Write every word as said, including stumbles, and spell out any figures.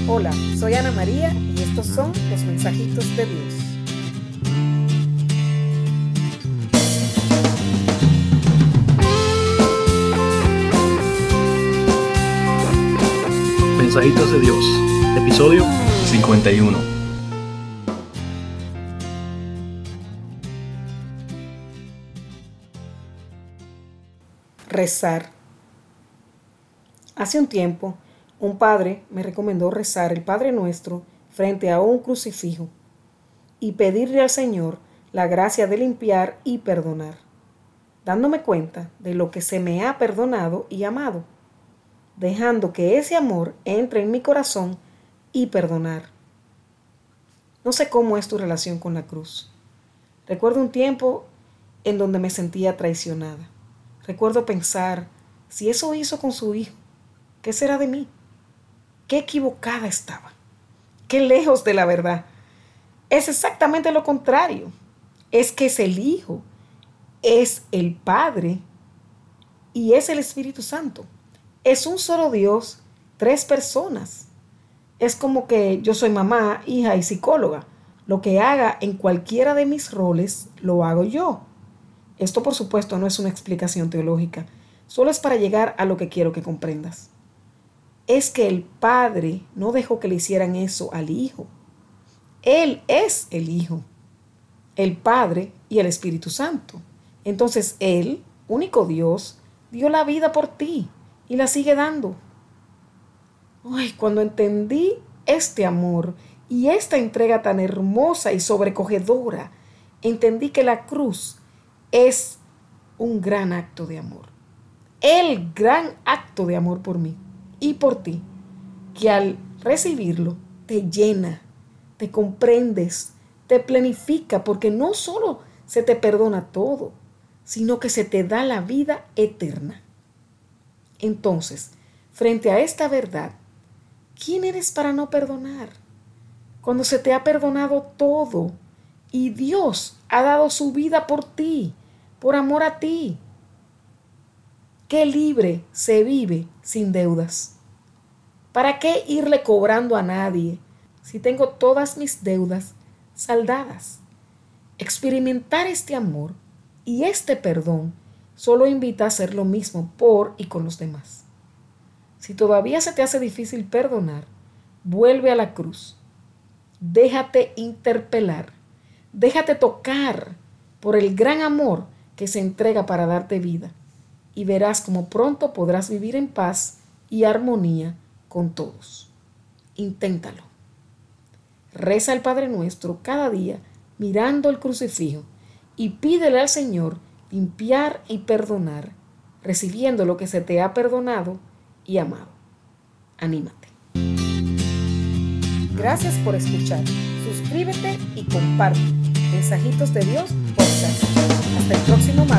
Hola, soy Ana María y estos son los mensajitos de Dios. Mensajitos de Dios, episodio cincuenta y uno. Rezar. Hace un tiempo, un padre me recomendó rezar el Padre Nuestro frente a un crucifijo y pedirle al Señor la gracia de limpiar y perdonar, dándome cuenta de lo que se me ha perdonado y amado, dejando que ese amor entre en mi corazón y perdonar. No sé cómo es tu relación con la cruz. Recuerdo un tiempo en donde me sentía traicionada. Recuerdo pensar, si eso hizo con su hijo, ¿qué será de mí? Qué equivocada estaba. Qué lejos de la verdad. Es exactamente lo contrario. Es que es el Hijo, es el Padre y es el Espíritu Santo. Es un solo Dios, tres personas. Es como que yo soy mamá, hija y psicóloga. Lo que haga en cualquiera de mis roles, lo hago yo. Esto, por supuesto, no es una explicación teológica. Solo es para llegar a lo que quiero que comprendas. Es que el Padre no dejó que le hicieran eso al Hijo. Él es el Hijo, el Padre y el Espíritu Santo. Entonces Él, único Dios, dio la vida por ti y la sigue dando. Ay, cuando entendí este amor y esta entrega tan hermosa y sobrecogedora, entendí que la cruz es un gran acto de amor. El gran acto de amor por mí y por ti, que al recibirlo te llena, te comprendes, te planifica, porque no solo se te perdona todo, sino que se te da la vida eterna. Entonces, frente a esta verdad, ¿quién eres para no perdonar? Cuando se te ha perdonado todo y Dios ha dado su vida por ti, por amor a ti. Qué libre se vive sin deudas. ¿Para qué irle cobrando a nadie si tengo todas mis deudas saldadas? Experimentar este amor y este perdón solo invita a hacer lo mismo por y con los demás. Si todavía se te hace difícil perdonar, vuelve a la cruz. Déjate interpelar, déjate tocar por el gran amor que se entrega para darte vida y verás cómo pronto podrás vivir en paz y armonía con todos. Inténtalo. Reza el Padre Nuestro cada día mirando el crucifijo y pídele al Señor limpiar y perdonar, recibiendo lo que se te ha perdonado y amado. Anímate. Gracias por escuchar. Suscríbete y comparte. Mensajitos de Dios podcast. Hasta el próximo martes.